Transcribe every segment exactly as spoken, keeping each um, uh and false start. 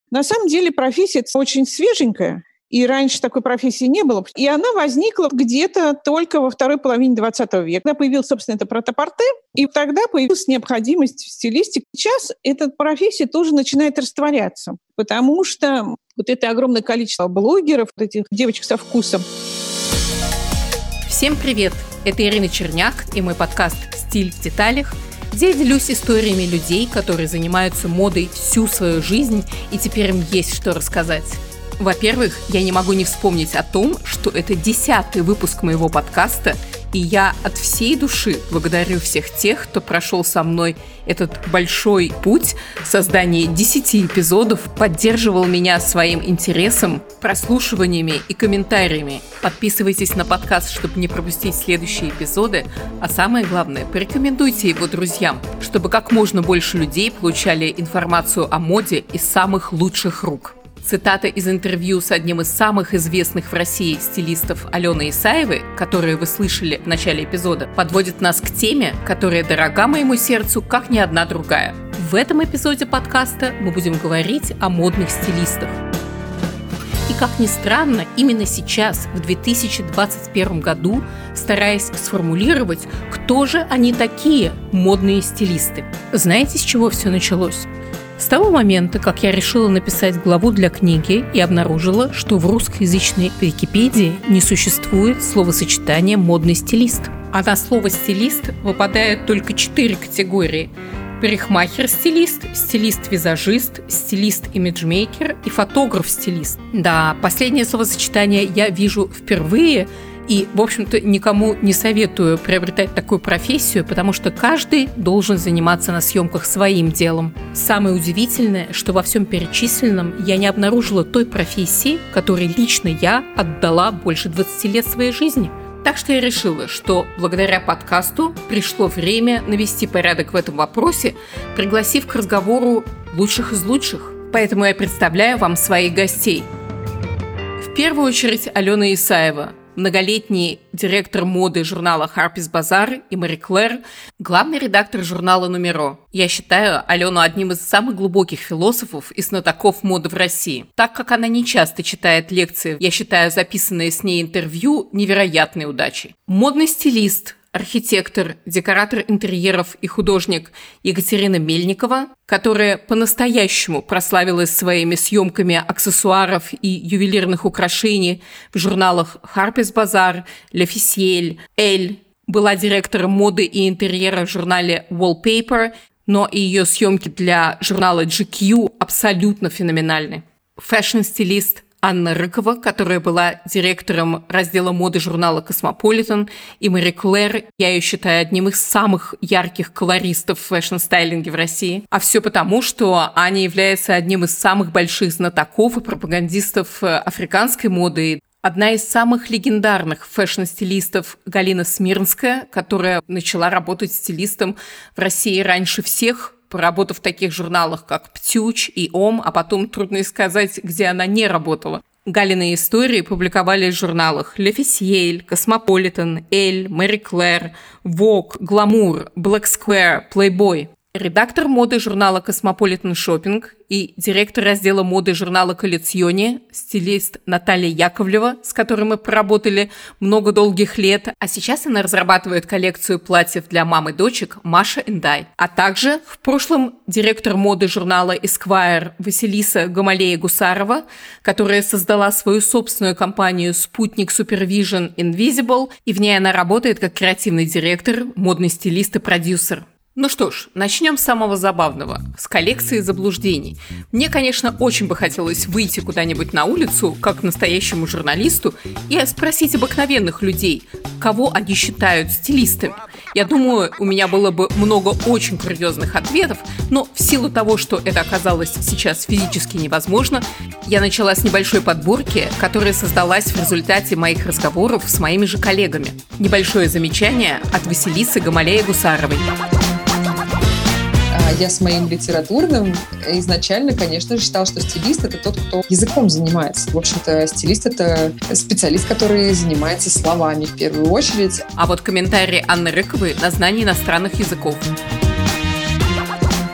На самом деле профессия очень свеженькая, и раньше такой профессии не было. И она возникла где-то только во второй половине двадцатого века. Когда появилось, собственно, это претапорте, и тогда появилась необходимость в стилистике. Сейчас эта профессия тоже начинает растворяться, потому что вот это огромное количество блогеров, вот этих девочек со вкусом. Всем привет! Это Ирина Черняк и мой подкаст «Стиль в деталях», где я делюсь историями людей, которые занимаются модой всю свою жизнь, и теперь им есть что рассказать. Во-первых, я не могу не вспомнить о том, что это десятый выпуск моего подкаста, и я от всей души благодарю всех тех, кто прошел со мной этот большой путь создания десяти эпизодов, поддерживал меня своим интересом, прослушиваниями и комментариями. Подписывайтесь на подкаст, чтобы не пропустить следующие эпизоды, а самое главное, порекомендуйте его друзьям, чтобы как можно больше людей получали информацию о моде из самых лучших рук. Цитата из интервью с одним из самых известных в России стилистов Аленой Исаевой, которую вы слышали в начале эпизода, подводит нас к теме, которая дорога моему сердцу, как ни одна другая. В этом эпизоде подкаста мы будем говорить о модных стилистах. И как ни странно, именно сейчас, в две тысячи двадцать первом году, стараясь сформулировать, кто же они такие, модные стилисты. Знаете, с чего все началось? С того момента, как я решила написать главу для книги и обнаружила, что в русскоязычной Википедии не существует словосочетания «модный стилист». А на слово «стилист» выпадают только четыре категории: парикмахер-стилист, стилист-визажист, стилист-имиджмейкер и фотограф-стилист. Да, последнее словосочетание я вижу впервые, и, в общем-то, никому не советую приобретать такую профессию, потому что каждый должен заниматься на съемках своим делом. Самое удивительное, что во всем перечисленном я не обнаружила той профессии, которой лично я отдала больше двадцати лет своей жизни. Так что я решила, что благодаря подкасту пришло время навести порядок в этом вопросе, пригласив к разговору лучших из лучших. Поэтому я представляю вам своих гостей. В первую очередь Алена Исаева, многолетний директор моды журнала Harper's Bazaar и Marie Claire, главный редактор журнала «Нумеро». Я считаю Алену одним из самых глубоких философов и знатоков моды в России. Так как она не часто читает лекции, я считаю записанные с ней интервью невероятной удачей. Модный стилист, архитектор, декоратор интерьеров и художник Екатерина Мельникова, которая по-настоящему прославилась своими съемками аксессуаров и ювелирных украшений в журналах Harper's Bazaar, L'Officiel, Elle, была директором моды и интерьера в журнале Wallpaper, но и ее съемки для журнала джи кью абсолютно феноменальны. Фэшн-стилист Анна Рыкова, которая была директором раздела моды журнала «Космополитен», и Мари Клэр, я ее считаю одним из самых ярких колористов в фэшн-стайлинге в России. А все потому, что Аня является одним из самых больших знатоков и пропагандистов африканской моды. Одна из самых легендарных фэшн-стилистов Галина Смирнская, которая начала работать стилистом в России раньше всех, поработав в таких журналах, как «Птюч» и «Ом», а потом трудно сказать, где она не работала. Галины истории публиковались в журналах L'Officiel, Cosmopolitan, Elle, Marie Claire, Vogue, Glamour, Black Square, Playboy. Редактор моды журнала Cosmopolitan Shopping и директор раздела моды журнала Коллекционе, стилист Наталья Яковлева, с которой мы проработали много долгих лет, а сейчас она разрабатывает коллекцию платьев для мам и дочек Маша энд Ай. А также в прошлом директор моды журнала Esquire Василиса Гамалея-Гусарова, которая создала свою собственную компанию «Спутник Supervision Invisible», и в ней она работает как креативный директор, модный стилист и продюсер. Ну что ж, начнем с самого забавного, с коллекции заблуждений. Мне, конечно, очень бы хотелось выйти куда-нибудь на улицу, как настоящему журналисту, и спросить обыкновенных людей, кого они считают стилистами. Я думаю, у меня было бы много очень курьезных ответов, но в силу того, что это оказалось сейчас физически невозможно, я начала с небольшой подборки, которая создалась в результате моих разговоров с моими же коллегами. Небольшое замечание от Василисы Гамалея-Гусаровой. Я с моим литературным изначально, конечно же, считала, что стилист — это тот, кто языком занимается. В общем-то, стилист — это специалист, который занимается словами в первую очередь. А вот комментарий Анны Рыковой на знание иностранных языков.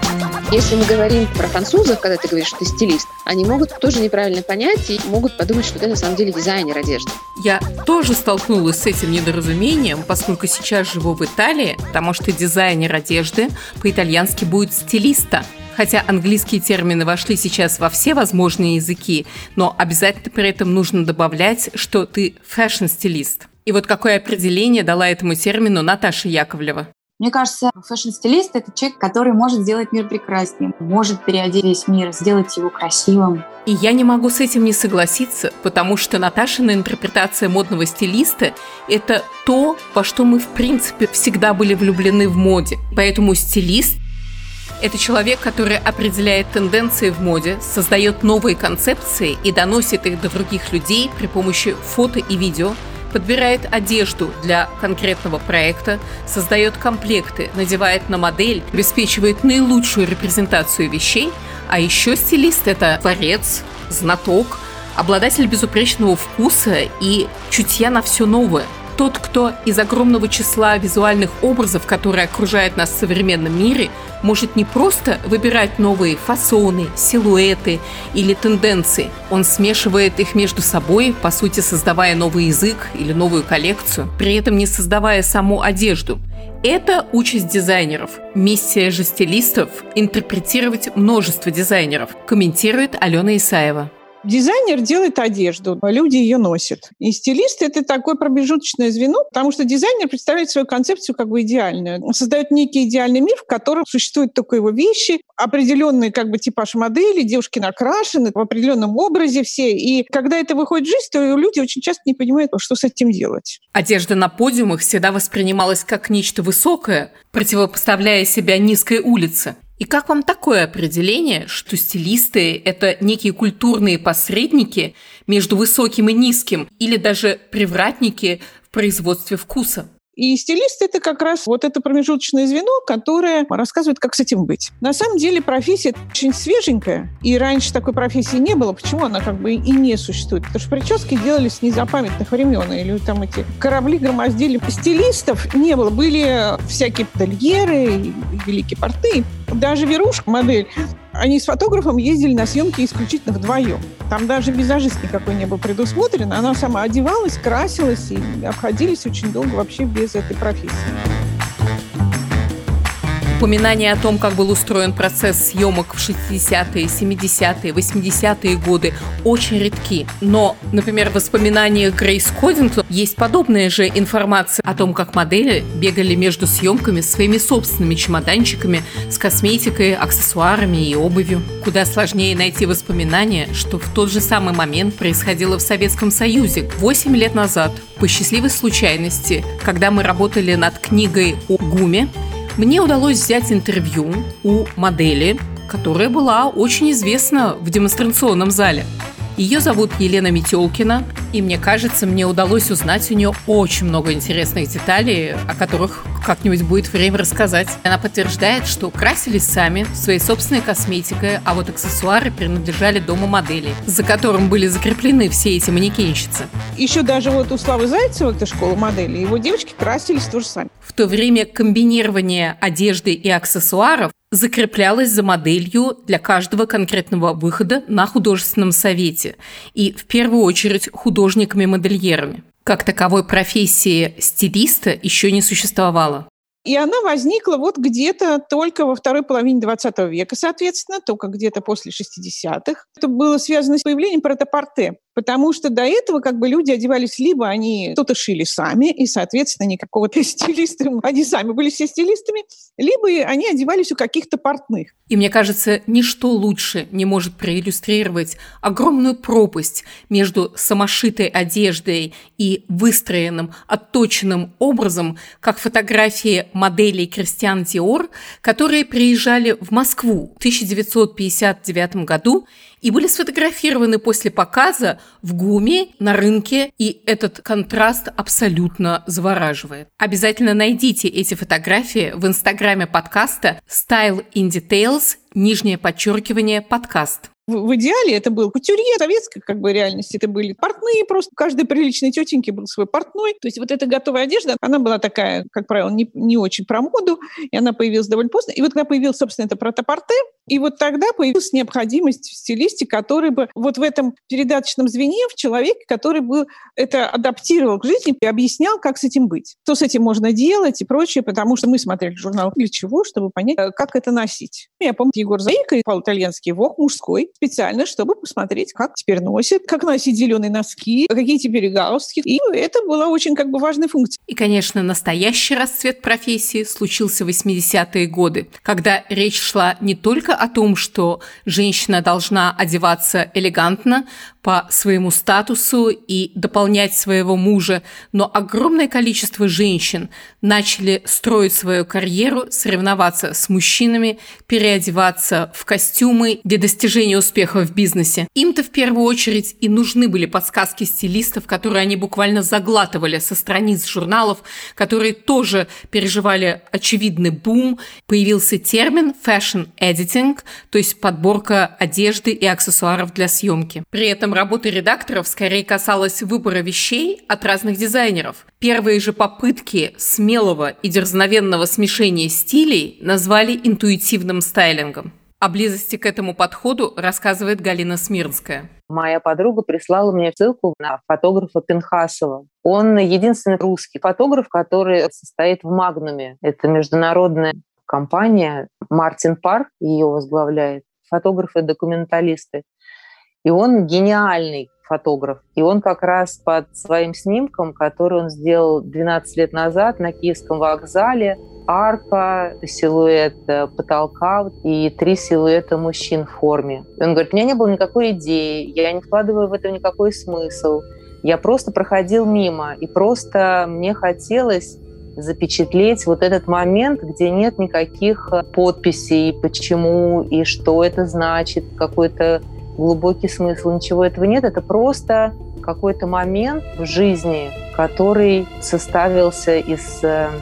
Если мы говорим про французов, когда ты говоришь, что ты стилист, они могут тоже неправильно понять и могут подумать, что ты на самом деле дизайнер одежды. Я тоже столкнулась с этим недоразумением, поскольку сейчас живу в Италии, потому что дизайнер одежды по-итальянски будет стилиста. Хотя английские термины вошли сейчас во все возможные языки, но обязательно при этом нужно добавлять, что ты фэшн-стилист. И вот какое определение дала этому термину Наташа Яковлева. Мне кажется, фэшн-стилист — это человек, который может сделать мир прекраснее, может переодеть весь мир, сделать его красивым. И я не могу с этим не согласиться, потому что Наташина интерпретация модного стилиста – это то, во что мы, в принципе, всегда были влюблены в моде. Поэтому стилист – это человек, который определяет тенденции в моде, создает новые концепции и доносит их до других людей при помощи фото и видео, подбирает одежду для конкретного проекта, создает комплекты, надевает на модель, обеспечивает наилучшую репрезентацию вещей, а еще стилист – это творец, знаток, обладатель безупречного вкуса и чутья на все новое. Тот, кто из огромного числа визуальных образов, которые окружают нас в современном мире, может не просто выбирать новые фасоны, силуэты или тенденции. Он смешивает их между собой, по сути, создавая новый язык или новую коллекцию, при этом не создавая саму одежду. Это участь дизайнеров. Миссия же стилистов – интерпретировать множество дизайнеров, комментирует Алена Исаева. Дизайнер делает одежду, люди ее носят. И стилист – это такое промежуточное звено, потому что дизайнер представляет свою концепцию как бы идеальную. Он создает некий идеальный мир, в котором существуют только его вещи, определенный как бы типаж модели, девушки накрашены в определенном образе все. И когда это выходит в жизнь, то люди очень часто не понимают, что с этим делать. Одежда на подиумах всегда воспринималась как нечто высокое, противопоставляя себя низкой улице. И как вам такое определение, что стилисты – это некие культурные посредники между высоким и низким, или даже привратники в производстве вкуса? И стилист – это как раз вот это промежуточное звено, которое рассказывает, как с этим быть. На самом деле профессия очень свеженькая, и раньше такой профессии не было. Почему она как бы и не существует? Потому что прически делались с незапамятных времен, или там эти корабли громоздили. Стилистов не было. Были всякие модельеры, великие порты. Даже Верушка, модель, они с фотографом ездили на съемки исключительно вдвоем. Там даже визажист никакой не был предусмотрен. Она сама одевалась, красилась, и обходились очень долго вообще без этой профессии. Упоминания о том, как был устроен процесс съемок в шестидесятые, семидесятые, восьмидесятые годы, очень редки. Но, например, в воспоминаниях Грейс Кодингтон есть подобная же информация о том, как модели бегали между съемками своими собственными чемоданчиками с косметикой, аксессуарами и обувью. Куда сложнее найти воспоминания, что в тот же самый момент происходило в Советском Союзе восемь лет назад. По счастливой случайности, когда мы работали над книгой о ГУМе, мне удалось взять интервью у модели, которая была очень известна в демонстрационном зале. Ее зовут Елена Метелкина, и мне кажется, мне удалось узнать у нее очень много интересных деталей, о которых как-нибудь будет время рассказать. Она подтверждает, что красились сами своей собственной косметикой, а вот аксессуары принадлежали дому моделей, за которым были закреплены все эти манекенщицы. Еще даже вот у Славы Зайцева, это школа моделей, его девочки красились тоже сами. В то время комбинирование одежды и аксессуаров закреплялась за моделью для каждого конкретного выхода на художественном совете, и в первую очередь художниками-модельерами. Как таковой профессии стилиста еще не существовало. И она возникла вот где-то только во второй половине двадцатого века, соответственно, только где-то после шестидесятых. Это было связано с появлением претапорте, потому что до этого как бы люди одевались, либо они что-то шили сами, и, соответственно, никакого стилиста, они сами были все стилистами, либо они одевались у каких-то портных. И мне кажется, ничто лучше не может проиллюстрировать огромную пропасть между самошитой одеждой и выстроенным, отточенным образом, как фотографии моделей Кристиан Диор, которые приезжали в Москву в тысяча девятьсот пятьдесят девятом году и были сфотографированы после показа в ГУМе на рынке, и этот контраст абсолютно завораживает. Обязательно найдите эти фотографии в инстаграме подкаста Style in Details, нижнее подчеркивание, подкаст. В, в идеале это был кутюрье, советской как бы реальности. Это были портные, просто у каждой приличной тетеньки был свой портной. То есть вот эта готовая одежда, она была такая, как правило, не, не очень про моду, и она появилась довольно поздно. И вот когда появилась, собственно, это претапорте, И вот тогда появилась необходимость в стилисте, который бы вот в этом передаточном звене, в человеке, который бы это адаптировал к жизни и объяснял, как с этим быть, что с этим можно делать и прочее, потому что мы смотрели журнал «Для чего?», чтобы понять, как это носить. Я помню, Егор Заика пал итальянский вок мужской специально, чтобы посмотреть, как теперь носят, как носить зеленые носки, какие теперь галстуки. И это была очень как бы важная функция. И, конечно, настоящий расцвет профессии случился в восьмидесятые годы, когда речь шла не только о том, что женщина должна одеваться элегантно по своему статусу и дополнять своего мужа, но огромное количество женщин начали строить свою карьеру, соревноваться с мужчинами, переодеваться в костюмы для достижения успеха в бизнесе. Им-то в первую очередь и нужны были подсказки стилистов, которые они буквально заглатывали со страниц журналов, которые тоже переживали очевидный бум. Появился термин fashion editing, то есть подборка одежды и аксессуаров для съемки. При этом работа редакторов скорее касалась выбора вещей от разных дизайнеров. Первые же попытки смелого и дерзновенного смешения стилей назвали интуитивным стайлингом. О близости к этому подходу рассказывает Галина Смирнская. Моя подруга прислала мне ссылку на фотографа Пинхасова. Он единственный русский фотограф, который состоит в Магнуме. Это международная компания. Мартин Пар ее возглавляет. Фотографы, документалисты. И он гениальный фотограф. И он как раз под своим снимком, который он сделал двенадцать лет назад на Киевском вокзале, арка, силуэт потолка и три силуэта мужчин в форме. И он говорит, у меня не было никакой идеи, я не вкладываю в это никакой смысл. Я просто проходил мимо, и просто мне хотелось запечатлеть вот этот момент, где нет никаких подписей, почему и что это значит, какой-то глубокий смысл, ничего этого нет. Это просто какой-то момент в жизни, который составился из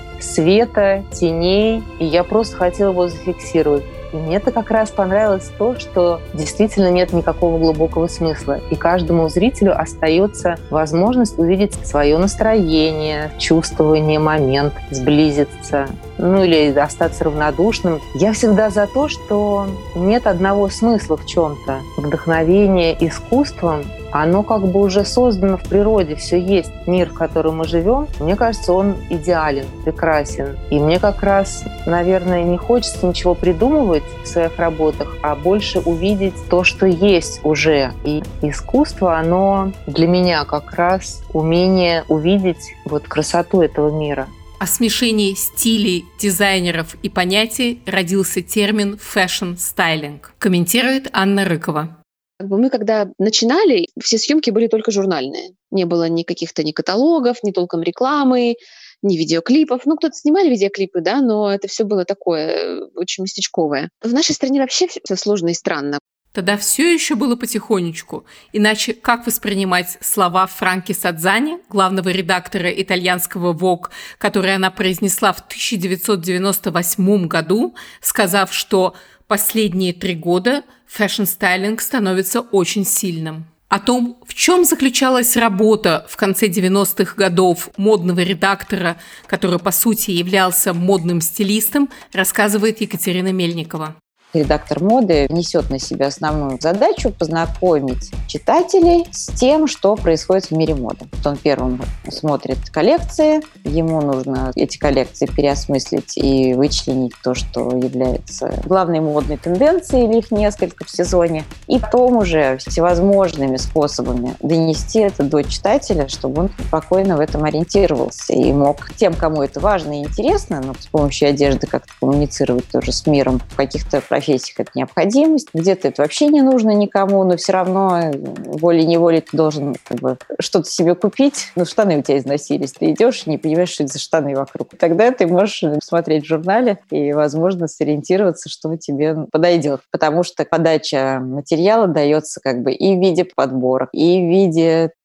света, теней, и я просто хотела его зафиксировать. И мне это как раз понравилось то, что действительно нет никакого глубокого смысла. И каждому зрителю остается возможность увидеть свое настроение, чувствование, момент, сблизиться, ну или остаться равнодушным. Я всегда за то, что нет одного смысла в чем-то. Вдохновение искусством, оно как бы уже создано в природе, все есть. Мир, в котором мы живем, мне кажется, он идеален, прекрасен. И мне как раз, наверное, не хочется ничего придумывать в своих работах, а больше увидеть то, что есть уже. И искусство, оно для меня как раз умение увидеть вот красоту этого мира. О смешении стилей, дизайнеров и понятий родился термин фэшн-стайлинг, комментирует Анна Рыкова. Мы когда начинали, все съемки были только журнальные. Не было ни каких-то ни каталогов, ни толком рекламы, ни видеоклипов. Ну, кто-то снимали видеоклипы, да, но это все было такое очень местечковое. В нашей стране вообще все сложно и странно. Тогда все еще было потихонечку. Иначе как воспринимать слова Франки Садзани, главного редактора итальянского Vogue, которые она произнесла в тысяча девятьсот девяносто восьмом году, сказав, что последние три года фэшн-стайлинг становится очень сильным. О том, в чем заключалась работа в конце девяностых годов модного редактора, который, по сути, являлся модным стилистом, рассказывает Екатерина Мельникова. Редактор моды несет на себя основную задачу познакомить читателей с тем, что происходит в мире моды. Он первым смотрит коллекции, ему нужно эти коллекции переосмыслить и вычленить то, что является главной модной тенденцией, или их несколько в сезоне, и потом уже всевозможными способами донести это до читателя, чтобы он спокойно в этом ориентировался и мог тем, кому это важно и интересно, но с помощью одежды как-то коммуницировать тоже с миром в каких-то профессиях, это необходимость. Где-то это вообще не нужно никому, но все равно волей-неволей ты должен как бы что-то себе купить. Ну, штаны у тебя износились. Ты идешь и не понимаешь, что это за штаны вокруг. Тогда ты можешь смотреть в журнале и, возможно, сориентироваться, что тебе подойдет. Потому что подача материала дается как бы и в виде подборок, и в виде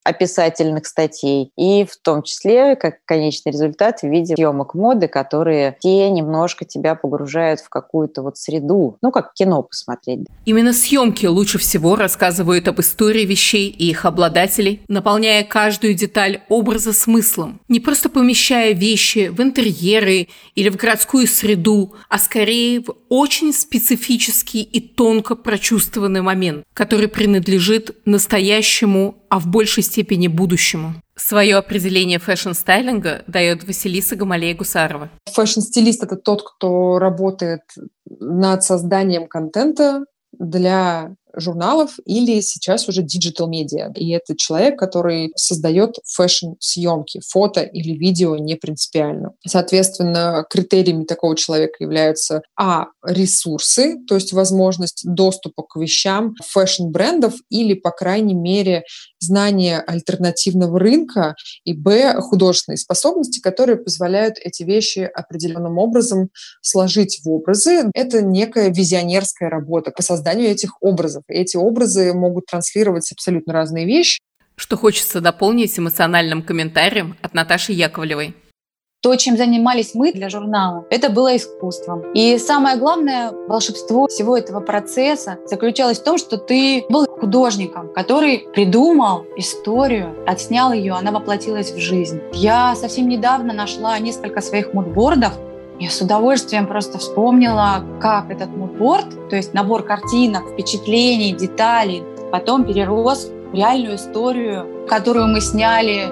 описательных статей, и в том числе, как конечный результат, в виде съемок моды, которые те немножко тебя погружают в какую-то вот среду, ну, как кино посмотреть. Именно съемки лучше всего рассказывают об истории вещей и их обладателей, наполняя каждую деталь образа смыслом, не просто помещая вещи в интерьеры или в городскую среду, а скорее в очень специфический и тонко прочувствованный момент, который принадлежит настоящему, а в большей степени будущему. Свое определение фэшн-стайлинга дает Василиса Гамалея-Гусарова. Фэшн-стилист – это тот, кто работает над созданием контента для журналов или сейчас уже диджитал-медиа. И это человек, который создает фэшн-съемки, фото или видео не принципиально. Соответственно, критериями такого человека являются а. ресурсы, то есть возможность доступа к вещам фэшн-брендов или, по крайней мере, знание альтернативного рынка, и б. художественные способности, которые позволяют эти вещи определенным образом сложить в образы. Это некая визионерская работа по созданию этих образов. Эти образы могут транслировать абсолютно разные вещи. Что хочется дополнить эмоциональным комментарием от Наташи Яковлевой. То, чем занимались мы для журнала, это было искусством. И самое главное волшебство всего этого процесса заключалось в том, что ты был художником, который придумал историю, отснял ее, она воплотилась в жизнь. Я совсем недавно нашла несколько своих мудбордов. Я с удовольствием просто вспомнила, как этот мудборд, то есть набор картинок, впечатлений, деталей, потом перерос в реальную историю, которую мы сняли.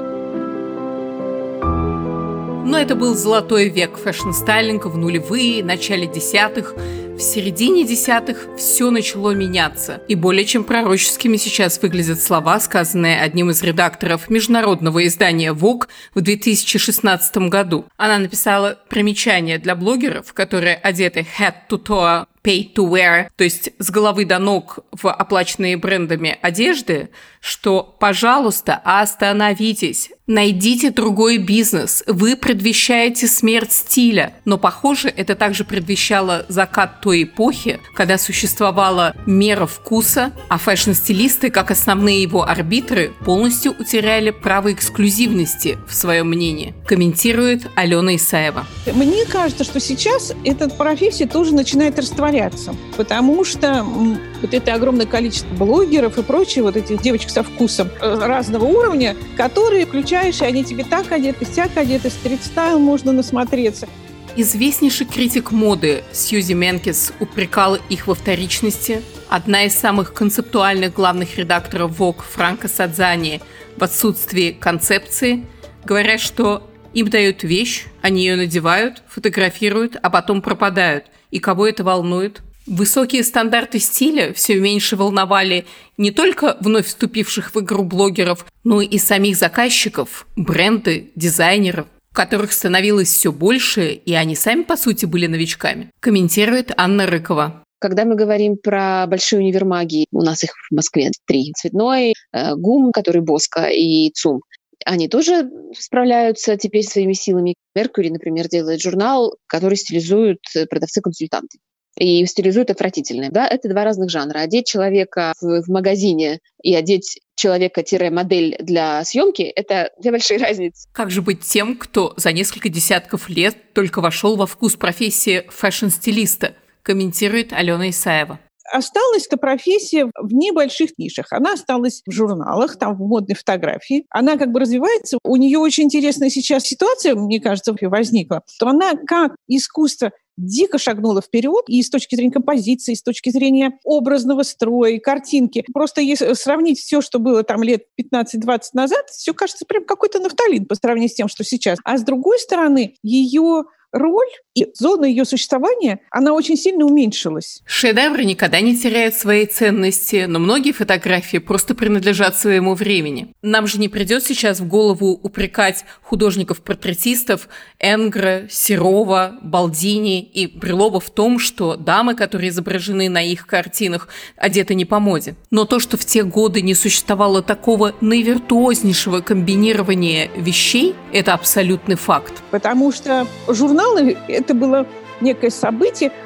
Но это был золотой век фэшн-стайлинга в нулевые, начале десятых. В середине десятых все начало меняться. И более чем пророческими сейчас выглядят слова, сказанные одним из редакторов международного издания Vogue в две тысячи шестнадцатом году. Она написала примечание для блогеров, которые одеты head to toe, pay to wear, то есть с головы до ног в оплаченные брендами одежды, что, пожалуйста, остановитесь, найдите другой бизнес, вы предвещаете смерть стиля. Но, похоже, это также предвещало закат той эпохи, когда существовала мера вкуса, а фэшн-стилисты, как основные его арбитры, полностью утеряли право эксклюзивности в своем мнении, комментирует Алена Исаева. Мне кажется, что сейчас эта профессия тоже начинает растворяться, потому что вот это огромное количество блогеров и прочее, вот этих девочек со вкусом разного уровня, которые включаешь, и они тебе так одеты, сяк одеты, стрит-стайл можно насмотреться. Известнейший критик моды Сьюзи Менкес упрекал их во вторичности. Одна из самых концептуальных главных редакторов Vogue Франка Садзани в отсутствии концепции, говорят, что им дают вещь, они ее надевают, фотографируют, а потом пропадают. И кого это волнует? Высокие стандарты стиля все меньше волновали не только вновь вступивших в игру блогеров, но и самих заказчиков, бренды, дизайнеров, которых становилось все больше, и они сами, по сути, были новичками, комментирует Анна Рыкова. Когда мы говорим про большие универмаги, у нас их в Москве три. Цветной, ГУМ, который Боско, и ЦУМ. Они тоже справляются теперь своими силами. Меркьюри, например, делает журнал, который стилизуют продавцы-консультанты. И стилизуют отвратительно. Да? Это два разных жанра. Одеть человека в, в магазине и одеть человека-модель для съемки – это две большие разницы. Как же быть тем, кто за несколько десятков лет только вошел во вкус профессии фэшн-стилиста, комментирует Алена Исаева. Осталась эта профессия в небольших нишах. Она осталась в журналах, там, в модной фотографии. Она как бы развивается. У нее очень интересная сейчас ситуация, мне кажется, возникла, что она как искусство дико шагнула вперед и с точки зрения композиции, и с точки зрения образного строя, картинки. Просто если сравнить все, что было там лет пятнадцать-двадцать назад, все кажется прям какой-то нафталин по сравнению с тем, что сейчас. А с другой стороны, ее роль и зона ее существования, она очень сильно уменьшилась. Шедевры никогда не теряют своей ценности, но многие фотографии просто принадлежат своему времени. Нам же не придет сейчас в голову упрекать художников-портретистов Энгра, Серова, Балдини и Брюлова в том, что дамы, которые изображены на их картинах, одеты не по моде. Но то, что в те годы не существовало такого наивиртуознейшего комбинирования вещей, это абсолютный факт. Потому что журналы — это было некое событие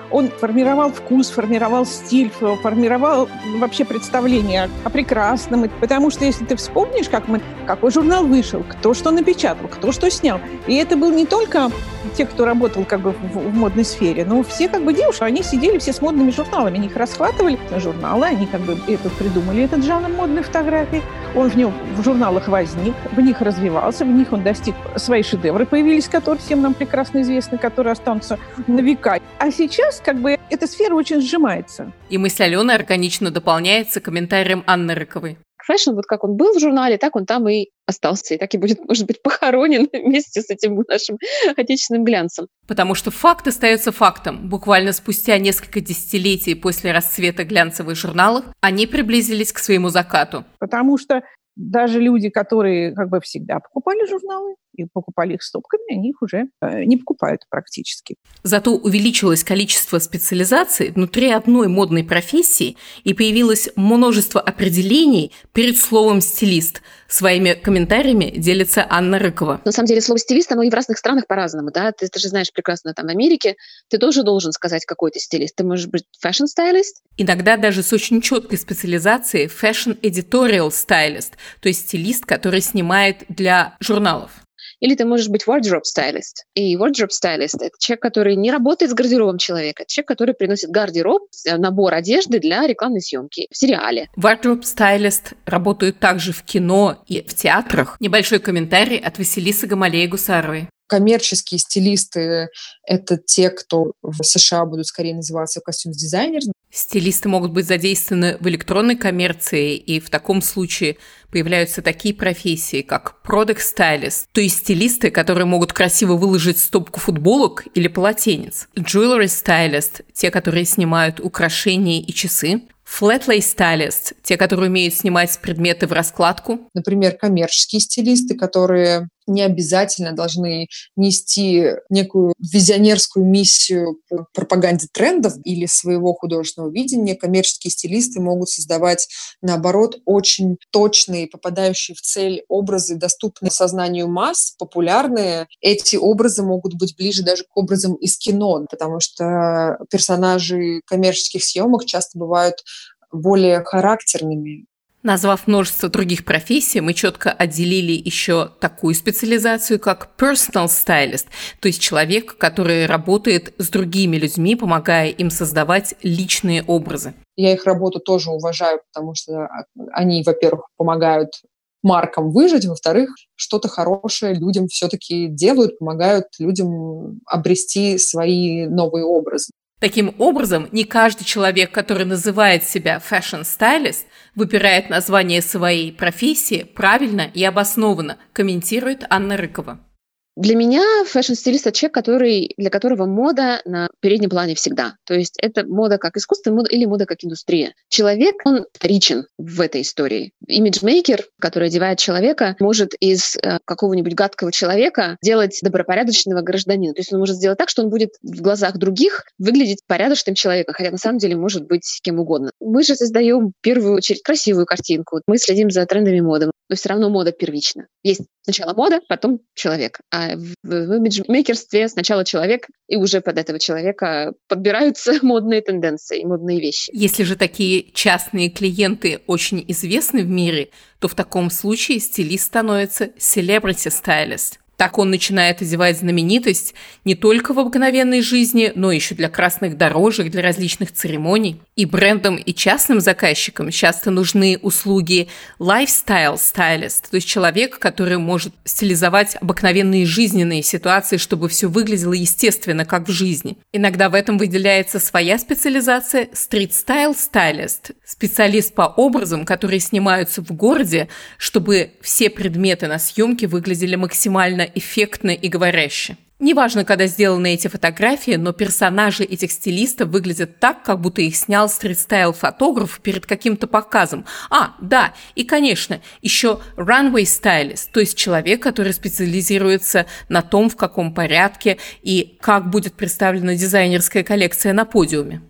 Он формировал вкус, формировал стиль, формировал вообще представление о прекрасном. Потому что если ты вспомнишь, как мы, какой журнал вышел, кто что напечатал, кто что снял. И это был не только те, кто работал как бы в, в модной сфере, но все как бы девушки, они сидели все с модными журналами, они их расхватывали, журналы, они как бы это, придумали этот жанр модной фотографии. Он в нем в журналах возник, в них развивался, в них он достиг свои шедевры, появились, которые всем нам прекрасно известны, которые останутся на века. А сейчас как бы эта сфера очень сжимается. И мысль Алены органично дополняется комментарием Анны Рыковой. Фэшн, вот как он был в журнале, так он там и остался. И так и будет, может быть, похоронен вместе с этим нашим отечественным глянцем. Потому что факт остается фактом. Буквально спустя несколько десятилетий после расцвета глянцевых журналов они приблизились к своему закату. Потому что даже люди, которые как бы всегда покупали журналы и покупали их стопками, они их уже э, не покупают практически. Зато увеличилось количество специализаций внутри одной модной профессии и появилось множество определений перед словом «стилист». Своими комментариями делится Анна Рыкова. На самом деле слово «стилист», оно и в разных странах по-разному. Да? Ты, ты же знаешь прекрасно, там в Америке ты тоже должен сказать, какой ты стилист. Ты можешь быть fashion-стайлист. Иногда даже с очень четкой специализацией fashion editorial stylist, то есть стилист, который снимает для журналов. Или ты можешь быть wardrobe stylist. И wardrobe stylist — это человек, который не работает с гардеробом человека. Это человек, который приносит гардероб, набор одежды для рекламной съемки в сериале. Wardrobe stylist работают также в кино и в театрах. Небольшой комментарий от Василисы Гамалеи-Гусаровой. Коммерческие стилисты — это те, кто в США будут скорее называться костюм-дизайнер. Стилисты могут быть задействованы в электронной коммерции, и в таком случае появляются такие профессии, как product stylist, то есть стилисты, которые могут красиво выложить стопку футболок или полотенец. Jewelry stylist – те, которые снимают украшения и часы. Flat-lay stylist – те, которые умеют снимать предметы в раскладку. Например, коммерческие стилисты, которые не обязательно должны нести некую визионерскую миссию по пропаганде трендов или своего художественного видения. Коммерческие стилисты могут создавать, наоборот, очень точные, попадающие в цель образы, доступные сознанию масс, популярные. Эти образы могут быть ближе даже к образам из кино, потому что персонажи коммерческих съемок часто бывают более характерными. Назвав множество других профессий, мы четко отделили еще такую специализацию, как personal stylist, то есть человек, который работает с другими людьми, помогая им создавать личные образы. Я их работу тоже уважаю, потому что они, во-первых, помогают маркам выжить, во-вторых, что-то хорошее людям все-таки делают, помогают людям обрести свои новые образы. Таким образом, не каждый человек, который называет себя fashion-стайлист, выбирает название своей профессии правильно и обоснованно, комментирует Анна Рыкова. Для меня фэшн-стилист — это человек, который, для которого мода на переднем плане всегда. То есть это мода как искусство мода, или мода как индустрия. Человек, он вторичен в этой истории. Имиджмейкер, который одевает человека, может из э, какого-нибудь гадкого человека делать добропорядочного гражданина. То есть он может сделать так, что он будет в глазах других выглядеть порядочным человеком, хотя на самом деле может быть кем угодно. Мы же создаем в первую очередь красивую картинку. Мы следим за трендами моды. Но все равно мода первична. Есть сначала мода, потом человек. А в, в имиджмейкерстве сначала человек, и уже под этого человека подбираются модные тенденции, модные вещи. Если же такие частные клиенты очень известны в мире, то в таком случае стилист становится celebrity stylist. Так он начинает одевать знаменитость не только в обыкновенной жизни, но еще для красных дорожек, для различных церемоний. И брендам, и частным заказчикам часто нужны услуги lifestyle stylist, то есть человек, который может стилизовать обыкновенные жизненные ситуации, чтобы все выглядело естественно, как в жизни. Иногда в этом выделяется своя специализация street style stylist, специалист по образам, которые снимаются в городе, чтобы все предметы на съемке выглядели максимально эффектно и говоряще. Неважно, когда сделаны эти фотографии, но персонажи этих стилистов выглядят так, как будто их снял стрит-стайл-фотограф перед каким-то показом. А, да, и, конечно, еще runway stylist, то есть человек, который специализируется на том, в каком порядке и как будет представлена дизайнерская коллекция на подиуме.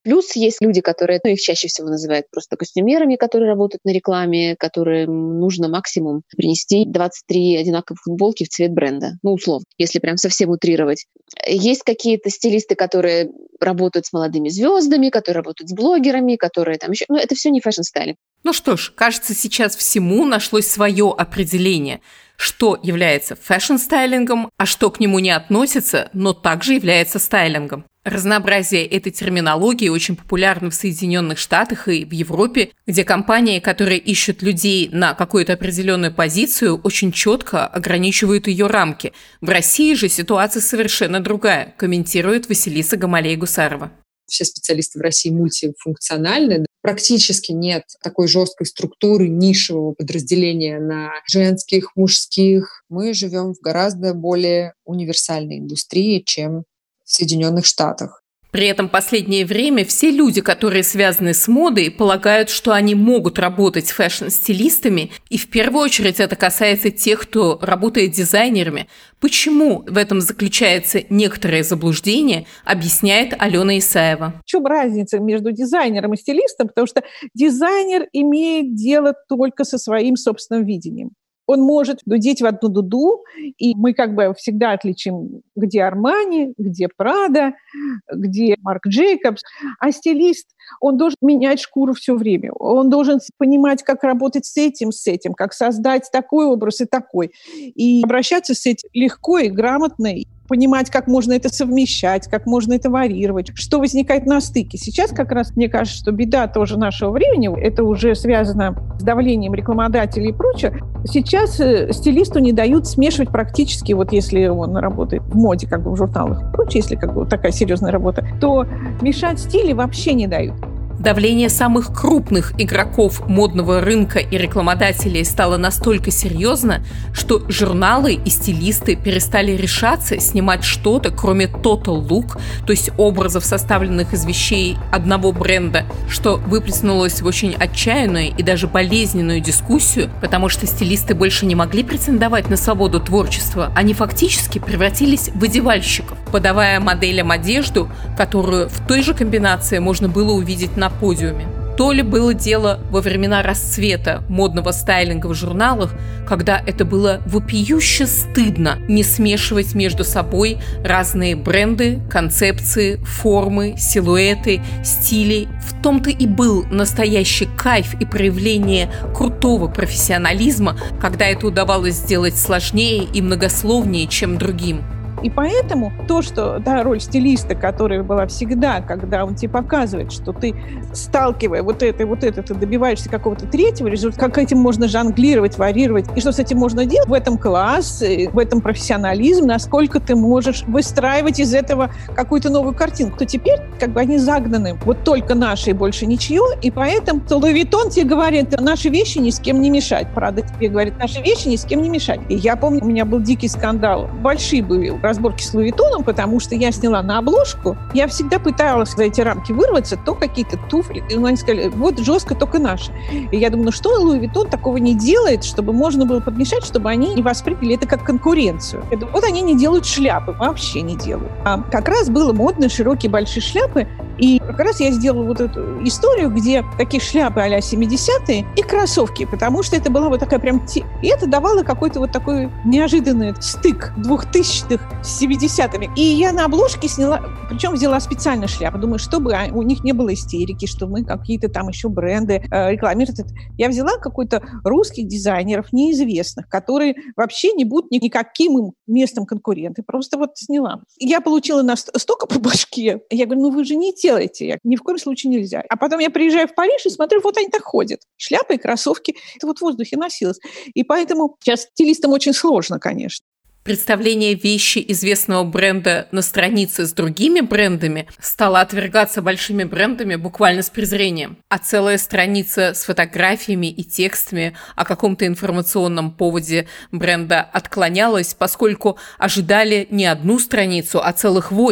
Плюс есть люди, которые, ну, их чаще всего называют просто костюмерами, которые работают на рекламе, которым нужно максимум принести двадцать три одинаковых футболки в цвет бренда. Ну, условно, если прям совсем утрировать. Есть какие-то стилисты, которые работают с молодыми звездами, которые работают с блогерами, которые там еще... Ну, это все не фэшн-стайлинг. Ну что ж, кажется, сейчас всему нашлось свое определение, что является фэшн-стайлингом, а что к нему не относится, но также является стайлингом. Разнообразие этой терминологии очень популярно в Соединенных Штатах и в Европе, где компании, которые ищут людей на какую-то определенную позицию, очень четко ограничивают ее рамки. В России же ситуация совершенно другая, комментирует Василиса Гамалей-Гусарова. Все специалисты в России мультифункциональны. Практически нет такой жесткой структуры нишевого подразделения на женских, мужских. Мы живем в гораздо более универсальной индустрии, чем в Соединенных Штатах. При этом последнее время все люди, которые связаны с модой, полагают, что они могут работать фэшн-стилистами, и в первую очередь это касается тех, кто работает дизайнерами. Почему в этом заключается некоторое заблуждение, объясняет Алена Исаева. В чем разница между дизайнером и стилистом? Потому что дизайнер имеет дело только со своим собственным видением. Он может дудеть в одну дуду, и мы как бы всегда отличим, где Армани, где Прада, где Марк Джейкобс. А стилист, он должен менять шкуру все время. Он должен понимать, как работать с этим, с этим, как создать такой образ и такой. И обращаться с этим легко и грамотно, понимать, как можно это совмещать, как можно это варьировать, что возникает на стыке. Сейчас как раз, мне кажется, что беда тоже нашего времени, это уже связано с давлением рекламодателей и прочее. Сейчас стилисту не дают смешивать практически, вот если он работает в моде, как бы в журналах и прочее, если как бы вот такая серьезная работа, то мешать стили вообще не дают. Давление самых крупных игроков модного рынка и рекламодателей стало настолько серьезно, что журналы и стилисты перестали решаться снимать что-то, кроме total look, то есть образов, составленных из вещей одного бренда, что выплеснулось в очень отчаянную и даже болезненную дискуссию, потому что стилисты больше не могли претендовать на свободу творчества, они фактически превратились в одевальщиков, подавая моделям одежду, которую в той же комбинации можно было увидеть на на подиуме. То ли было дело во времена расцвета модного стайлинга в журналах, когда это было вопиюще стыдно не смешивать между собой разные бренды, концепции, формы, силуэты, стили. В том-то и был настоящий кайф и проявление крутого профессионализма, когда это удавалось сделать сложнее и многословнее, чем другим. И поэтому то, что да, роль стилиста, которая была всегда, когда он тебе показывает, что ты, сталкивая вот это и вот это, ты добиваешься какого-то третьего результата, как этим можно жонглировать, варьировать, и что с этим можно делать, в этом класс, в этом профессионализм, насколько ты можешь выстраивать из этого какую-то новую картинку. То теперь как бы они загнаны вот только наши и больше ничье, и поэтому Луи Vuitton тебе говорит, наши вещи ни с кем не мешать. Прада тебе говорит, наши вещи ни с кем не мешать. И я помню, у меня был дикий скандал. Большие были разборки с Луи Vuitton, потому что я сняла на обложку. Я всегда пыталась за эти рамки вырваться, то какие-то туфли. И они сказали, вот жестко только наши. И я думаю, ну что Луи Vuitton такого не делает, чтобы можно было подмешать, чтобы они не восприняли это как конкуренцию. Я думаю, вот они не делают шляпы, вообще не делают. А как раз было модно широкие большие шляпы, и как раз я сделала вот эту историю, где такие шляпы а-ля семидесятые и кроссовки, потому что это была вот такая прям... Те... И это давало какой-то вот такой неожиданный стык двухтысячных с семидесятыми. И я на обложке сняла, причем взяла специально шляпу. Думаю, чтобы у них не было истерики, что мы какие-то там еще бренды э, рекламируют. Я взяла какой-то русских дизайнеров неизвестных, которые вообще не будут никаким им местом конкуренты. Просто вот сняла. Я получила настолько по башке. Я говорю, ну вы же не делайте. Я, ни в коем случае нельзя. А потом я приезжаю в Париж и смотрю, вот они так ходят. Шляпы и кроссовки. Это вот в воздухе носилось. И поэтому сейчас стилистам очень сложно, конечно. Представление вещи известного бренда на странице с другими брендами стало отвергаться большими брендами буквально с презрением. А целая страница с фотографиями и текстами о каком-то информационном поводе бренда отклонялась, поскольку ожидали не одну страницу, а целых восемь.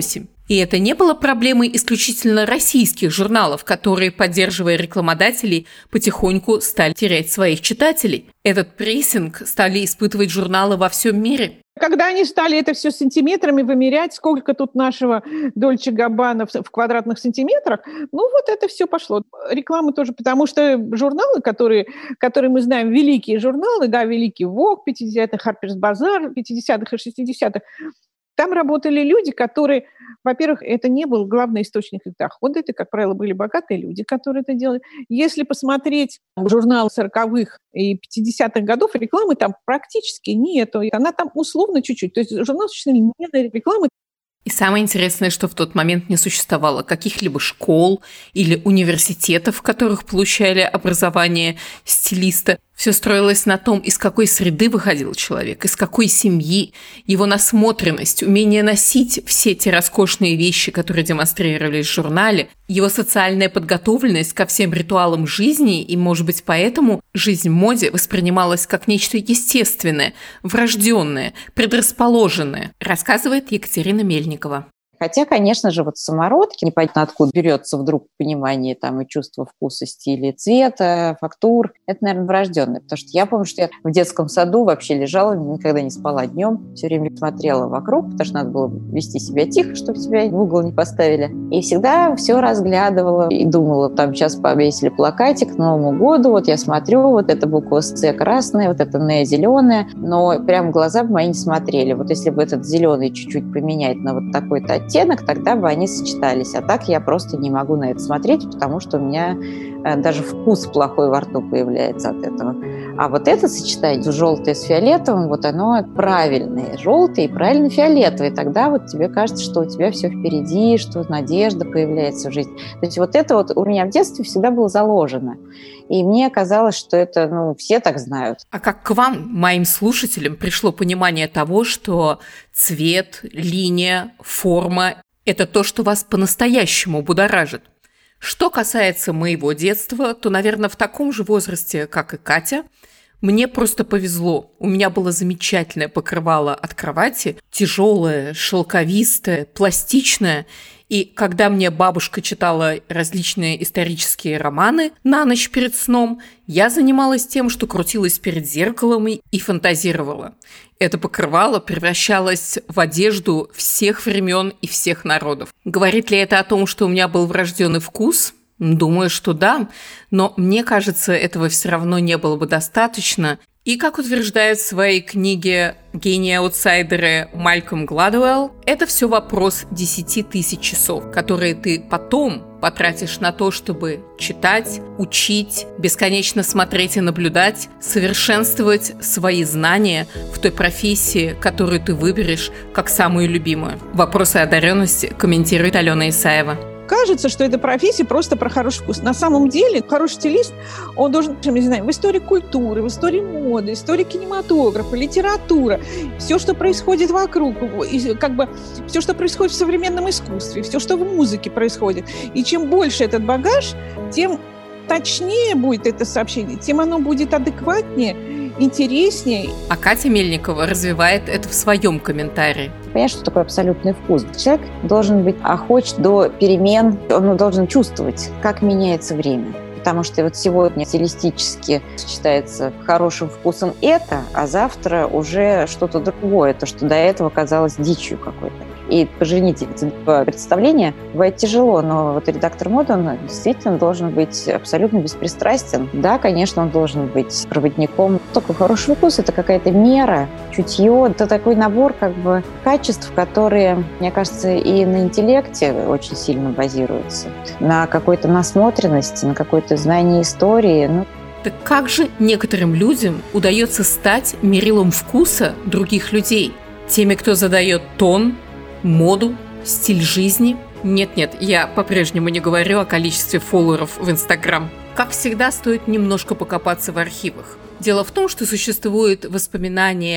И это не было проблемой исключительно российских журналов, которые, поддерживая рекламодателей, потихоньку стали терять своих читателей. Этот прессинг стали испытывать журналы во всем мире. Когда они стали это все сантиметрами вымерять, сколько тут нашего Дольче Габбана в квадратных сантиметрах, ну вот это все пошло. Реклама тоже, потому что журналы, которые, которые мы знаем, великие журналы, да, великий Vogue пятидесятых, Harper's Bazaar пятидесятых и шестидесятых, там работали люди, которые, во-первых, это не был главный источник их дохода, это, как правило, были богатые люди, которые это делали. Если посмотреть журналы сороковых и пятидесятых годов, рекламы там практически нету. Она там условно чуть-чуть. То есть журнал существенно не на рекламы. И самое интересное, что в тот момент не существовало каких-либо школ или университетов, в которых получали образование стилиста. Все строилось на том, из какой среды выходил человек, из какой семьи, его насмотренность, умение носить все те роскошные вещи, которые демонстрировались в журнале, его социальная подготовленность ко всем ритуалам жизни, и, может быть, поэтому жизнь в моде воспринималась как нечто естественное, врожденное, предрасположенное, рассказывает Екатерина Мельникова. Хотя, конечно же, вот самородки, непонятно откуда берется вдруг понимание там и чувство вкуса, стиля, цвета, фактур. Это, наверное, врожденное. Потому что я помню, что я в детском саду вообще лежала, никогда не спала днем, все время смотрела вокруг, потому что надо было вести себя тихо, чтобы тебя в угол не поставили. И всегда все разглядывала и думала, там сейчас повесили плакатик к Новому году, вот я смотрю, вот эта буква С красная, вот эта Н зеленая, но прям глаза бы мои не смотрели. Вот если бы этот зеленый чуть-чуть поменять на вот такой-то оттенок, тогда бы они сочетались. А так я просто не могу на это смотреть, потому что у меня э, даже вкус плохой во рту появляется от этого. А вот это сочетание желтое с фиолетовым, вот оно правильное. Желтый и правильно фиолетовый. Тогда вот тебе кажется, что у тебя все впереди, что надежда появляется в жизни. То есть вот это вот у меня в детстве всегда было заложено. И мне казалось, что это, ну, все так знают. А как к вам, моим слушателям, пришло понимание того, что цвет, линия, форма – это то, что вас по-настоящему будоражит? Что касается моего детства, то, наверное, в таком же возрасте, как и Катя, мне просто повезло. У меня было замечательное покрывало от кровати, тяжелое, шелковистое, пластичное. И когда мне бабушка читала различные исторические романы на ночь перед сном, я занималась тем, что крутилась перед зеркалом и фантазировала. Это покрывало превращалось в одежду всех времен и всех народов. Говорит ли это о том, что у меня был врожденный вкус? Думаю, что да, но мне кажется, этого все равно не было бы достаточно. И, как утверждает в своей книге «Гении-аутсайдеры» Малькольм Гладуэлл, это все вопрос десяти тысяч часов, которые ты потом потратишь на то, чтобы читать, учить, бесконечно смотреть и наблюдать, совершенствовать свои знания в той профессии, которую ты выберешь как самую любимую. Вопросы одаренности комментирует Алена Исаева. Кажется, что эта профессия просто про хороший вкус. На самом деле, хороший стилист, он должен, не знаю, в истории культуры, в истории моды, в истории кинематографа, литература, все, что происходит вокруг, как бы все, что происходит в современном искусстве, все, что в музыке происходит. И чем больше этот багаж, тем точнее будет это сообщение, тем оно будет адекватнее, интереснее. А Катя Мельникова развивает это в своем комментарии. Понятно, что такое абсолютный вкус. Человек должен быть охоч до перемен, он должен чувствовать, как меняется время. Потому что вот сегодня стилистически сочетается хорошим вкусом это, а завтра уже что-то другое, то, что до этого казалось дичью какой-то. И поженить эти два представления бывает тяжело, но вот редактор моды, он действительно должен быть абсолютно беспристрастен. Да, конечно, он должен быть проводником. Только хороший вкус – это какая-то мера, чутье. Это такой набор как бы качеств, которые, мне кажется, и на интеллекте очень сильно базируются. На какой-то насмотренности, на какой-то знании истории. Ну, так как же некоторым людям удается стать мерилом вкуса других людей? Теми, кто задает тон, моду, стиль жизни? Нет-нет, я по-прежнему не говорю о количестве фолловеров в Инстаграм. Как всегда, стоит немножко покопаться в архивах. Дело в том, что существуют воспоминания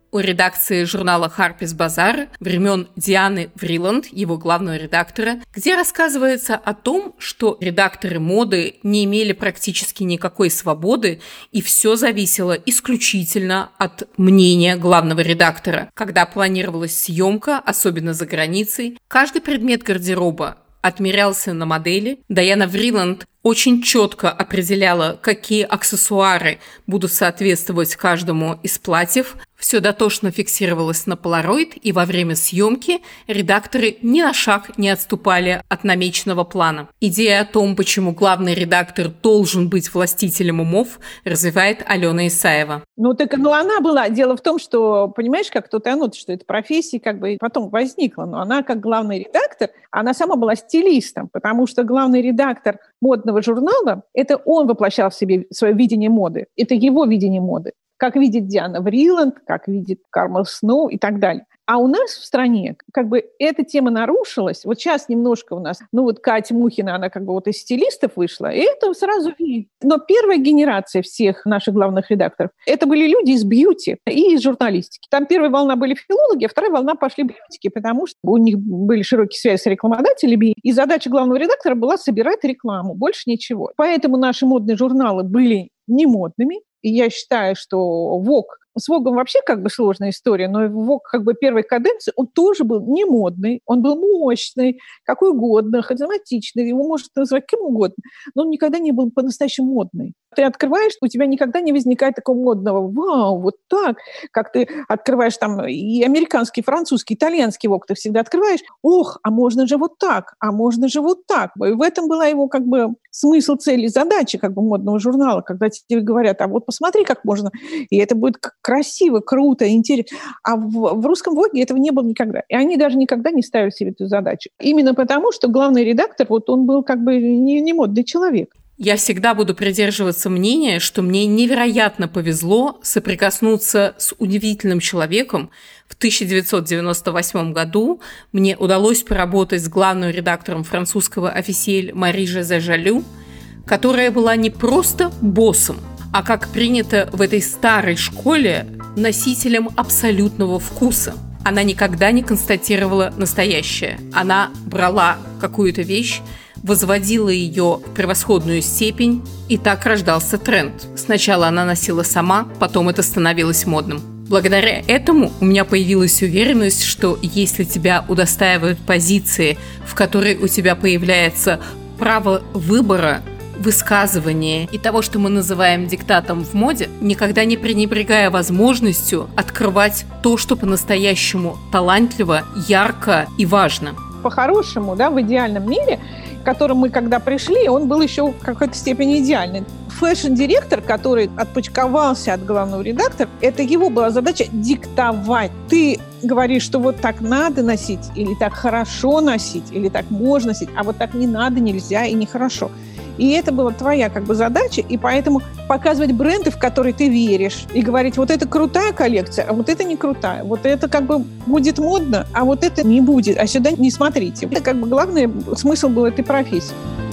у редакции журнала Harper's Bazaar времен Дианы Вриланд, его главного редактора, где рассказывается о том, что редакторы моды не имели практически никакой свободы, и все зависело исключительно от мнения главного редактора. Когда планировалась съемка, особенно за границей, каждый предмет гардероба отмерялся на модели. Дайана Вриланд очень четко определяла, какие аксессуары будут соответствовать каждому из платьев. Все дотошно фиксировалось на полароид, и во время съемки редакторы ни на шаг не отступали от намеченного плана. Идея о том, почему главный редактор должен быть властителем умов, развивает Алена Исаева. Ну, так ну, она была. Дело в том, что, понимаешь, как тут оно, что эта профессия как бы потом возникла, но она как главный редактор, она сама была стилистом, потому что главный редактор модного журнала, это он воплощал в себе свое видение моды, это его видение моды, как видит Диана Вриланд, как видит Кармел Сноу и так далее. А у нас в стране как бы эта тема нарушилась. Вот сейчас немножко у нас, ну вот Катя Мухина, она как бы вот из стилистов вышла, и это сразу видно. Но первая генерация всех наших главных редакторов, это были люди из бьюти и из журналистики. Там первая волна были филологи, а вторая волна пошли бьютики, потому что у них были широкие связи с рекламодателями, и задача главного редактора была собирать рекламу, больше ничего. Поэтому наши модные журналы были не модными, и я считаю, что Vogue, с Vogue вообще как бы сложная история, но Vogue как бы первой каденции, он тоже был не модный, он был мощный, какой угодно, харизматичный, его можно назвать кем угодно, но он никогда не был по-настоящему модный. Ты открываешь, у тебя никогда не возникает такого модного «Вау, вот так!» Как ты открываешь там и американский, французский, итальянский Vogue, ты всегда открываешь «Ох, а можно же вот так, а можно же вот так!» И в этом была его как бы смысл, цель и задача как бы модного журнала, когда тебе говорят «А вот посмотри, как можно!» И это будет красиво, круто, интересно. А в, в русском Vogue этого не было никогда. И они даже никогда не ставили себе эту задачу. Именно потому, что главный редактор, вот он был как бы не, не модный человек. Я всегда буду придерживаться мнения, что мне невероятно повезло соприкоснуться с удивительным человеком. В тысяча девятьсот девяносто восьмом году мне удалось поработать с главным редактором французского Officiel Мари-Жозе Жалю, которая была не просто боссом, а, как принято в этой старой школе, носителем абсолютного вкуса. Она никогда не констатировала настоящее. Она брала какую-то вещь, возводила ее в превосходную степень, и так рождался тренд. Сначала она носила сама, потом это становилось модным. Благодаря этому у меня появилась уверенность, что если тебя удостаивают позиции, в которой у тебя появляется право выбора, высказывания и того, что мы называем диктатом в моде, никогда не пренебрегая возможностью открывать то, что по-настоящему талантливо, ярко и важно. По-хорошему, да, в идеальном мире, к которому мы когда пришли, он был еще в какой-то степени идеальный. Фэшн-директор, который отпочковался от главного редактора, это его была задача диктовать. Ты говоришь, что вот так надо носить, или так хорошо носить, или так можно носить, а вот так не надо, нельзя и нехорошо. И это была твоя как бы задача, и поэтому показывать бренды, в которые ты веришь, и говорить, вот это крутая коллекция, а вот это не крутая, вот это как бы будет модно, а вот это не будет, а сюда не смотрите. Это как бы главный смысл был этой профессии.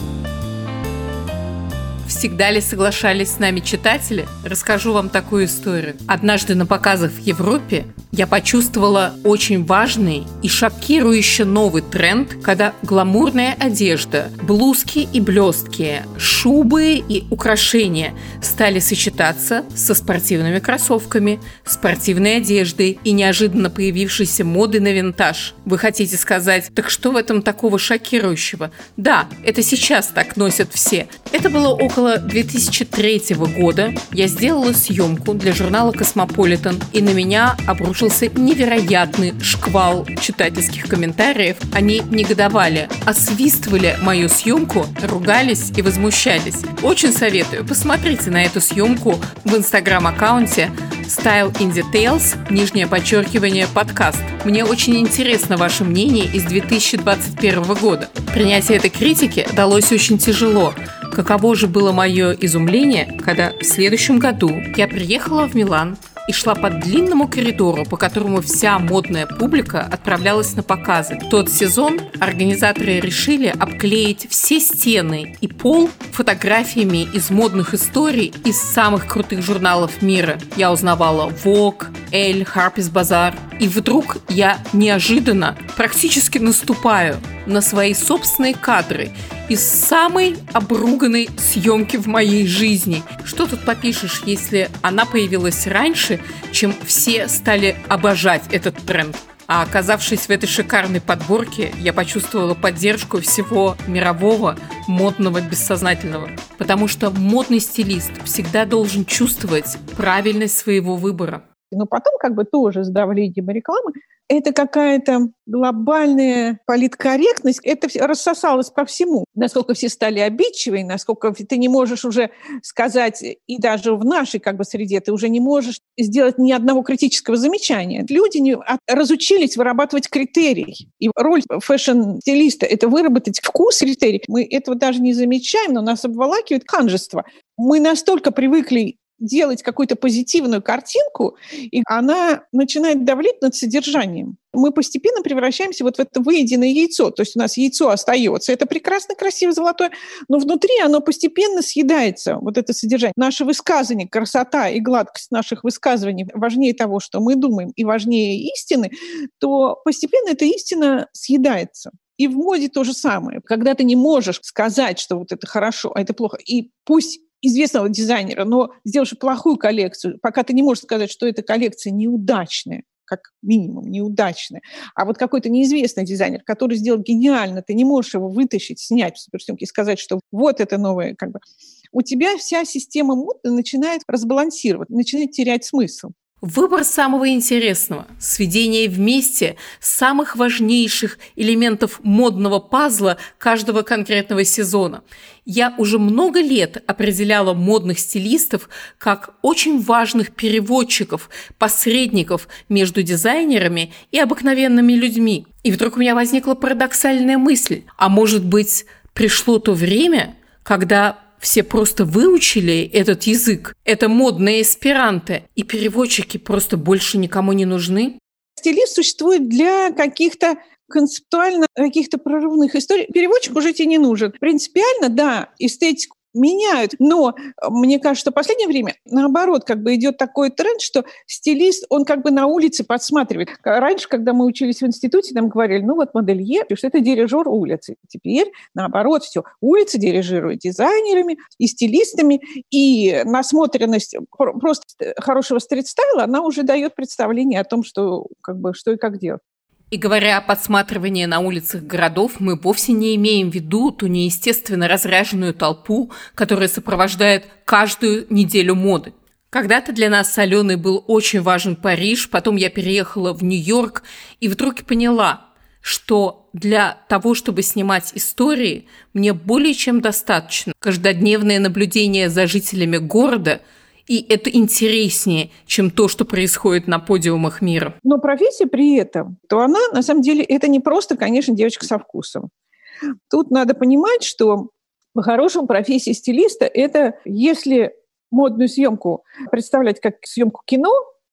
Всегда ли соглашались с нами читатели? Расскажу вам такую историю. Однажды на показах в Европе я почувствовала очень важный и шокирующе новый тренд, когда гламурная одежда, блузки и блестки, шубы и украшения стали сочетаться со спортивными кроссовками, спортивной одеждой и неожиданно появившейся модой на винтаж. Вы хотите сказать, так что в этом такого шокирующего? Да, это сейчас так носят все. Это было около две тысячи третьего года. Я сделала съемку для журнала «Космополитен», и на меня обрушился невероятный шквал читательских комментариев. Они негодовали, освистывали мою съемку, ругались и возмущались. Очень советую, посмотрите на эту съемку в инстаграм-аккаунте Style in Details, нижнее подчеркивание, подкаст. Мне очень интересно ваше мнение из две тысячи двадцать первого года. Принятие этой критики далось очень тяжело. Каково же было мое изумление, когда в следующем году я приехала в Милан, и шла по длинному коридору, по которому вся модная публика отправлялась на показы. В тот сезон организаторы решили обклеить все стены и пол фотографиями из модных историй из самых крутых журналов мира. Я узнавала Vogue, Elle, Harper's Bazaar. И вдруг я неожиданно практически наступаю на свои собственные кадры из самой обруганной съемки в моей жизни. Что тут попишешь, если она появилась раньше, чем все стали обожать этот тренд? А оказавшись в этой шикарной подборке, я почувствовала поддержку всего мирового модного бессознательного. Потому что модный стилист всегда должен чувствовать правильность своего выбора. Но потом как бы тоже с давлением рекламы это какая-то глобальная политкорректность, это рассосалось по всему. Насколько все стали обидчивые, насколько ты не можешь уже сказать, и даже в нашей как бы среде ты уже не можешь сделать ни одного критического замечания. Люди не, а, разучились вырабатывать критерий. И роль фэшн-стилиста – это выработать вкус критерий. Мы этого даже не замечаем, но нас обволакивает ханжество. Мы настолько привыкли делать какую-то позитивную картинку, и она начинает давлеть над содержанием. Мы постепенно превращаемся вот в это выеденное яйцо. То есть у нас яйцо остается, это прекрасно, красиво, золотое, но внутри оно постепенно съедается, вот это содержание. Наши высказывания, красота и гладкость наших высказываний важнее того, что мы думаем, и важнее истины, то постепенно эта истина съедается. И в моде то же самое. Когда ты не можешь сказать, что вот это хорошо, а это плохо, и пусть известного дизайнера, но сделаешь плохую коллекцию, пока ты не можешь сказать, что эта коллекция неудачная, как минимум неудачная, а вот какой-то неизвестный дизайнер, который сделал гениально, ты не можешь его вытащить, снять в суперсъемке и сказать, что вот это новое, как бы, у тебя вся система моды начинает разбалансировать, начинает терять смысл. Выбор самого интересного, сведение вместе самых важнейших элементов модного пазла каждого конкретного сезона. Я уже много лет определяла модных стилистов как очень важных переводчиков, посредников между дизайнерами и обыкновенными людьми. И вдруг у меня возникла парадоксальная мысль. А может быть, пришло то время, когда все просто выучили этот язык, это модное эсперанто, и переводчики просто больше никому не нужны? Стилист существует для каких-то концептуально каких-то прорывных историй. Переводчик уже тебе не нужен. Принципиально, да, эстетику меняют, но мне кажется, что в последнее время, наоборот, как бы идет такой тренд, что стилист, он как бы на улице подсматривает. Раньше, когда мы учились в институте, нам говорили, ну вот модельер, что это дирижер улицы. Теперь, наоборот, все, улица дирижирует дизайнерами и стилистами, и насмотренность просто хорошего стрит-стайла, она уже дает представление о том, что, как бы, что и как делать. И говоря о подсматривании на улицах городов, мы вовсе не имеем в виду ту неестественно разряженную толпу, которая сопровождает каждую неделю моды. Когда-то для нас с Аленой был очень важен Париж, потом я переехала в Нью-Йорк и вдруг поняла, что для того, чтобы снимать истории, мне более чем достаточно каждодневное наблюдение за жителями города. И это интереснее, чем то, что происходит на подиумах мира. Но профессия при этом, то она, на самом деле, это не просто, конечно, девочка со вкусом. Тут надо понимать, что по-хорошему профессия стилиста – это, если модную съемку представлять как съемку кино,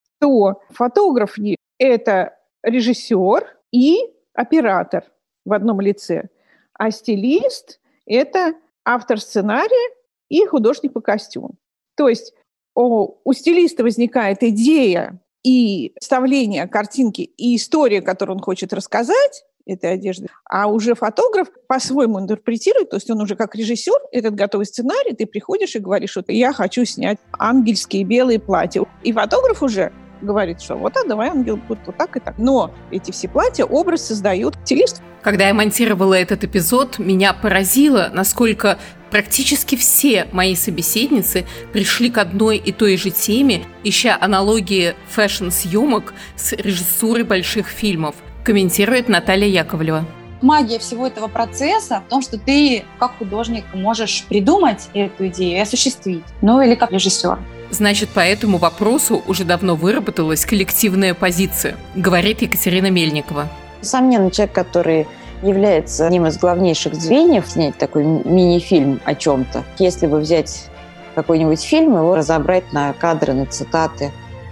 то фотограф – это режиссер и оператор в одном лице, а стилист – это автор сценария и художник по костюмам. То есть О, у стилиста возникает идея и представление картинки, и история, которую он хочет рассказать этой одежды, а уже фотограф по-своему интерпретирует, то есть он уже как режиссер, этот готовый сценарий, ты приходишь и говоришь, что я хочу снять ангельские белые платья. И фотограф уже говорит, что вот, а давай ангел будет вот так и так. Но эти все платья, образ создают стилист. Когда я монтировала этот эпизод, меня поразило, насколько практически все мои собеседницы пришли к одной и той же теме, ища аналогии фэшн-съемок с режиссурой больших фильмов, комментирует Наталья Яковлева. Магия всего этого процесса в том, что ты как художник можешь придумать эту идею и осуществить, ну или как режиссер. Значит, по этому вопросу уже давно выработалась коллективная позиция, говорит Екатерина Мельникова. Несомненно, человек, который является одним из главнейших звеньев, снять такой мини-фильм о чем-то. Если бы взять какой-нибудь фильм, его разобрать на кадры, на цитаты,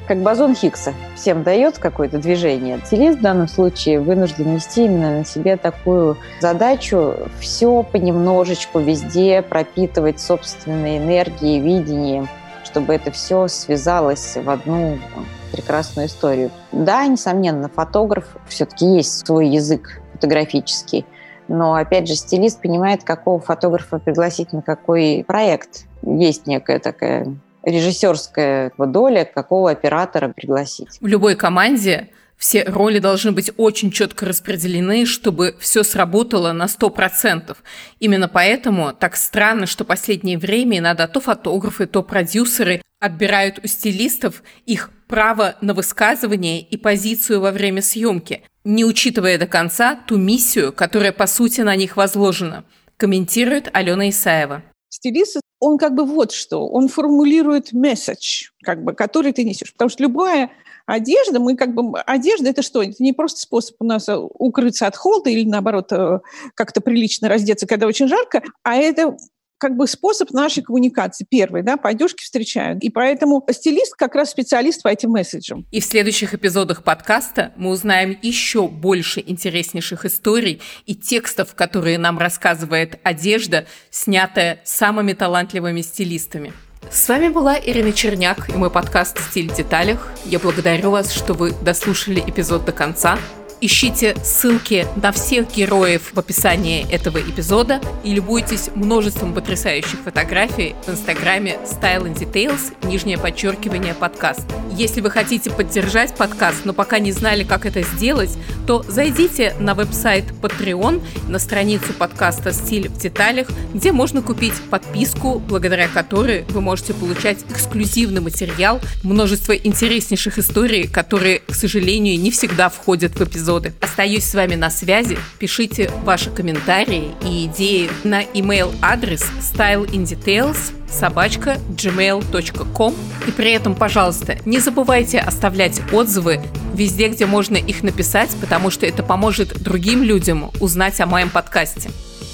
как бозон Хиггса. Всем дает какое-то движение. Стилист в данном случае вынужден нести именно на себе такую задачу все понемножечку везде пропитывать собственной энергией, видением, чтобы это все связалось в одну прекрасную историю. Да, несомненно, фотограф все-таки есть свой язык фотографический, но, опять же, стилист понимает, какого фотографа пригласить на какой проект. Есть некая такая режиссерская доля, какого оператора пригласить. В любой команде все роли должны быть очень четко распределены, чтобы все сработало на сто процентов. Именно поэтому так странно, что последнее время иногда то фотографы, то продюсеры отбирают у стилистов их право на высказывание и позицию во время съемки, не учитывая до конца ту миссию, которая по сути на них возложена, комментирует Алена Исаева. Стилист, он как бы вот что, он формулирует месседж, как бы, который ты несешь. Потому что любая одежда, мы как бы, одежда это что? Это не просто способ у нас укрыться от холода или наоборот как-то прилично раздеться, когда очень жарко, а это как бы способ нашей коммуникации. Первый, да, по одежке встречают. И поэтому стилист как раз специалист по этим месседжам. И в следующих эпизодах подкаста мы узнаем еще больше интереснейших историй и текстов, которые нам рассказывает одежда, снятая самыми талантливыми стилистами. С вами была Ирина Черняк и мой подкаст «Стиль в деталях». Я благодарю вас, что вы дослушали эпизод до конца. Ищите ссылки на всех героев в описании этого эпизода и любуйтесь множеством потрясающих фотографий в инстаграме Style and Details, нижнее подчеркивание, подкаст. Если вы хотите поддержать подкаст, но пока не знали, как это сделать, то зайдите на веб-сайт Patreon, на страницу подкаста «Стиль в деталях», где можно купить подписку, благодаря которой вы можете получать эксклюзивный материал, множество интереснейших историй, которые, к сожалению, не всегда входят в эпизод. Остаюсь с вами на связи. Пишите ваши комментарии и идеи на email-адрес styleindetails собака джимейл точка ком. И при этом, пожалуйста, не забывайте оставлять отзывы везде, где можно их написать, потому что это поможет другим людям узнать о моем подкасте.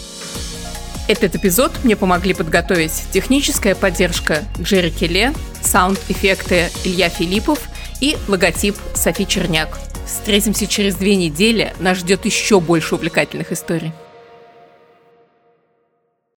Этот эпизод мне помогли подготовить техническая поддержка Джерри Келе, саунд-эффекты Илья Филиппов и логотип Софи Черняк. Встретимся через две недели. Нас ждет еще больше увлекательных историй.